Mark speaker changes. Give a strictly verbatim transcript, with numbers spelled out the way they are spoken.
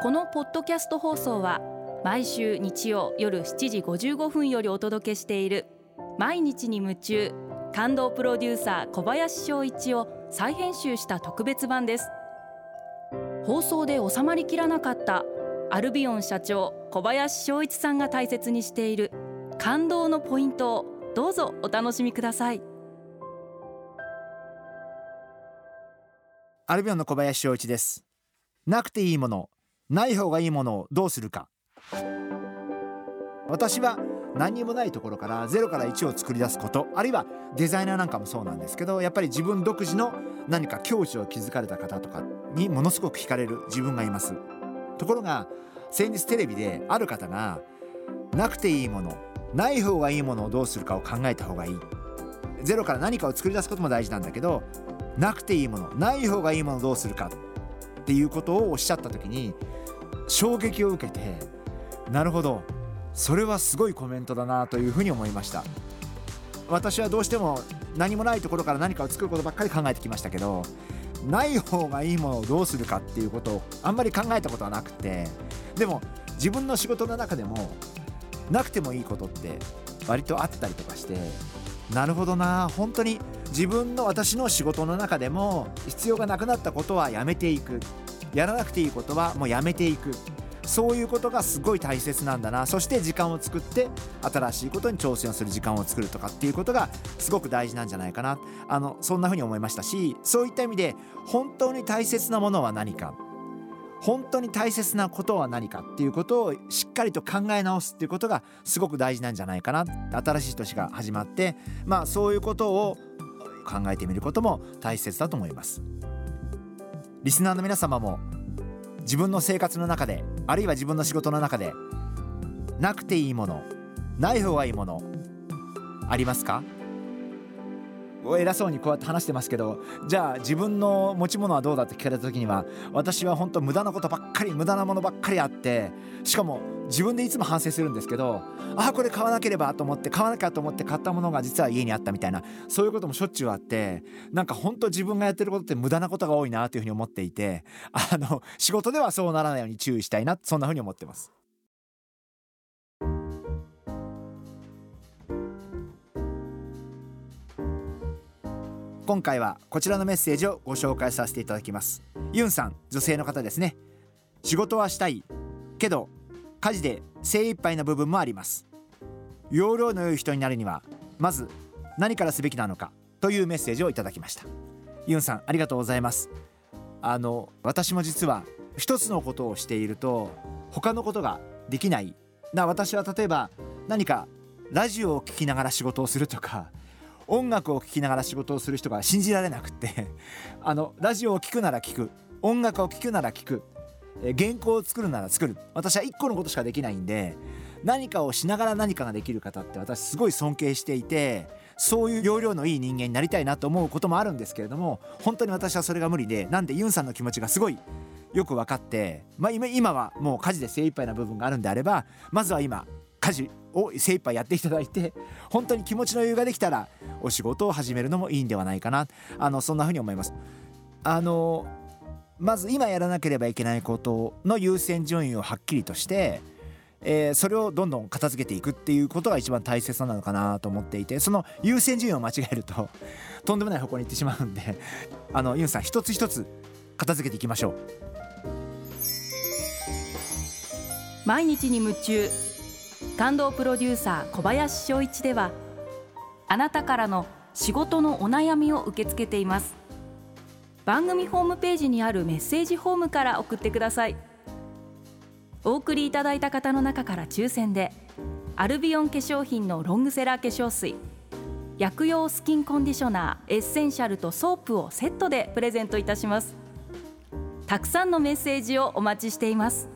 Speaker 1: このポッドキャスト放送は毎週日曜夜しちじごじゅうごふんよりお届けしている毎日に夢中感動プロデューサー小林翔一を再編集した特別版です。放送で収まりきらなかったアルビオン社長小林翔一さんが大切にしている感動のポイントをどうぞお楽しみください。
Speaker 2: アルビオンの小林翔一です。なくていいもの、ない方がいいものをどうするか。私は何にもないところからゼロからいちを作り出すこと、あるいはデザイナーなんかもそうなんですけど、やっぱり自分独自の何か境地を築かれた方とかにものすごく惹かれる自分がいます。ところが先日テレビである方が、なくていいもの、ない方がいいものをどうするかを考えた方がいい、ゼロから何かを作り出すことも大事なんだけど、なくていいもの、ない方がいいものをどうするかっていうことをおっしゃった時に衝撃を受けて、なるほど、それはすごいコメントだなというふうに思いました。私はどうしても何もないところから何かを作ることばっかり考えてきましたけど、ない方がいいものをどうするかっていうことをあんまり考えたことはなくて、でも自分の仕事の中でもなくてもいいことって割とあったりとかして、なるほどな、本当に自分の私の仕事の中でも必要がなくなったことはやめていく、やらなくていいことはもうやめていく、そういうことがすごい大切なんだな。そして時間を作って新しいことに挑戦する時間を作るとかっていうことがすごく大事なんじゃないかな、あのそんな風に思いましたし、そういった意味で本当に大切なものは何か、本当に大切なことは何かっていうことをしっかりと考え直すっていうことがすごく大事なんじゃないかな。新しい年が始まって、まあそういうことを考えてみることも大切だと思います。リスナーの皆様も自分の生活の中で、あるいは自分の仕事の中でなくていいもの、ない方がいいものありますか？偉そうにこうやって話してますけど、じゃあ自分の持ち物はどうだって聞かれた時には、私は本当無駄なことばっかり、無駄なものばっかりあって、しかも自分でいつも反省するんですけど、ああこれ買わなければと思って買わなきゃと思って買ったものが実は家にあったみたいな、そういうこともしょっちゅうあって、なんか本当自分がやってることって無駄なことが多いなというふうに思っていて、あの仕事ではそうならないように注意したいな、そんなふうに思ってます。今回はこちらのメッセージをご紹介させていただきます。ユンさん、女性の方ですね。仕事はしたいけど家事で精一杯な部分もあります。容量の良い人になるにはまず何からすべきなのかというメッセージをいただきました。ユンさん、ありがとうございます。あの私も実は一つのことをしていると他のことができないな。私は例えば何かラジオを聞きながら仕事をするとか、音楽を聴きながら仕事をする人が信じられなくてあのラジオを聴くなら聴く、音楽を聴くなら聴く、え原稿を作るなら作る、私はいっこのことしかできないんで、何かをしながら何かができる方って私すごい尊敬していて、そういう要領のいい人間になりたいなと思うこともあるんですけれども、本当に私はそれが無理で、なんでユンさんの気持ちがすごいよく分かって、まあ、今, 今はもう家事で精一杯な部分があるんであれば、まずは今家事を精一杯やっていただいて、本当に気持ちの余裕ができたらお仕事を始めるのもいいんではないかな、あのそんなふうに思います。あのまず今やらなければいけないことの優先順位をはっきりとして、えー、それをどんどん片付けていくっていうことが一番大切なのかなと思っていて、その優先順位を間違えるととんでもない方向に行ってしまうんで、あのユンさん、一つ一つ片付けていきましょう。
Speaker 1: 毎日に夢中感動プロデューサー小林翔一では、あなたからの仕事のお悩みを受け付けています。番組ホームページにあるメッセージフォームから送ってください。お送りいただいた方の中から抽選でアルビオン化粧品のロングセラー化粧水、薬用スキンコンディショナーエッセンシャルとソープをセットでプレゼントいたします。たくさんのメッセージをお待ちしています。